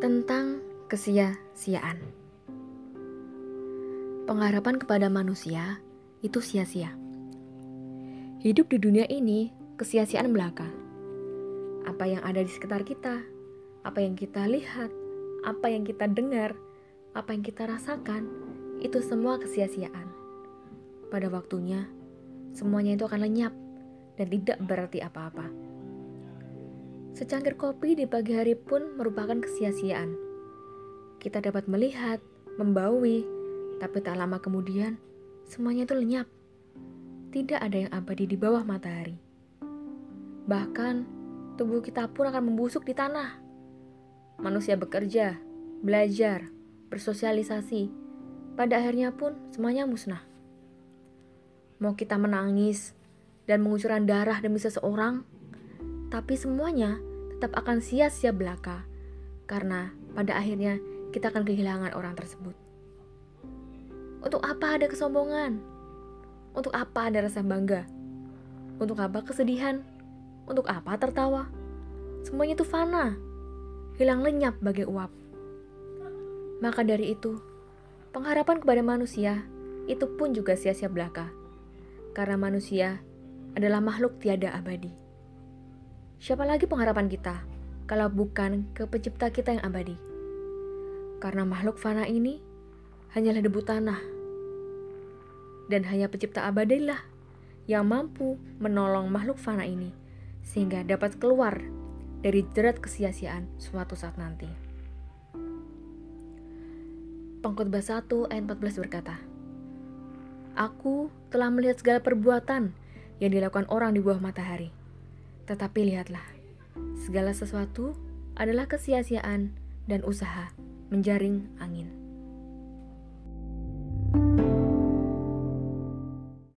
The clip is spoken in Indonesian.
Tentang kesia-siaan. Pengharapan kepada manusia itu sia-sia. Hidup di dunia ini kesia-siaan belaka. Apa yang ada di sekitar kita, apa yang kita lihat, apa yang kita dengar, apa yang kita rasakan, itu semua kesia-siaan. Pada waktunya, semuanya itu akan lenyap dan tidak berarti apa-apa. Secangkir kopi di pagi hari pun merupakan kesia-siaan. Kita dapat melihat, membaui, tapi tak lama kemudian semuanya itu lenyap. Tidak ada yang abadi di bawah matahari. Bahkan tubuh kita pun akan membusuk di tanah. Manusia bekerja, belajar, bersosialisasi. Pada akhirnya pun semuanya musnah. Mau kita menangis dan mengucurkan darah demi seseorang, tapi semuanya tetap akan sia-sia belaka, karena pada akhirnya kita akan kehilangan orang tersebut. Untuk apa ada kesombongan? Untuk apa ada rasa bangga? Untuk apa kesedihan? Untuk apa tertawa? Semuanya itu fana, hilang lenyap bagai uap. Maka dari itu, pengharapan kepada manusia itu pun juga sia-sia belaka, karena manusia adalah makhluk tiada abadi. Siapa lagi pengharapan kita kalau bukan ke pencipta kita yang abadi? Karena makhluk fana ini hanyalah debu tanah, dan hanya pencipta abadilah yang mampu menolong makhluk fana ini sehingga dapat keluar dari jerat kesia-siaan suatu saat nanti. Pengkhotbah 1 ayat 14 berkata, "Aku telah melihat segala perbuatan yang dilakukan orang di bawah matahari. Tetapi lihatlah, segala sesuatu adalah kesia-siaan dan usaha menjaring angin."